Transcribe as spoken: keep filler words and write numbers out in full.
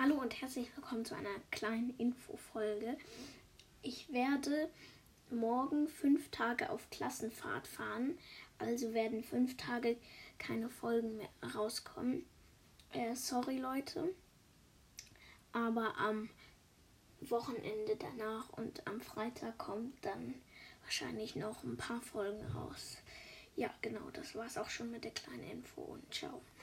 Hallo und herzlich willkommen zu einer kleinen Infofolge. Ich werde morgen fünf Tage auf Klassenfahrt fahren, also werden fünf Tage keine Folgen mehr rauskommen. Äh, sorry Leute, aber am Wochenende danach und am Freitag kommt dann wahrscheinlich noch ein paar Folgen raus. Ja, genau, das war's auch schon mit der kleinen Info und ciao.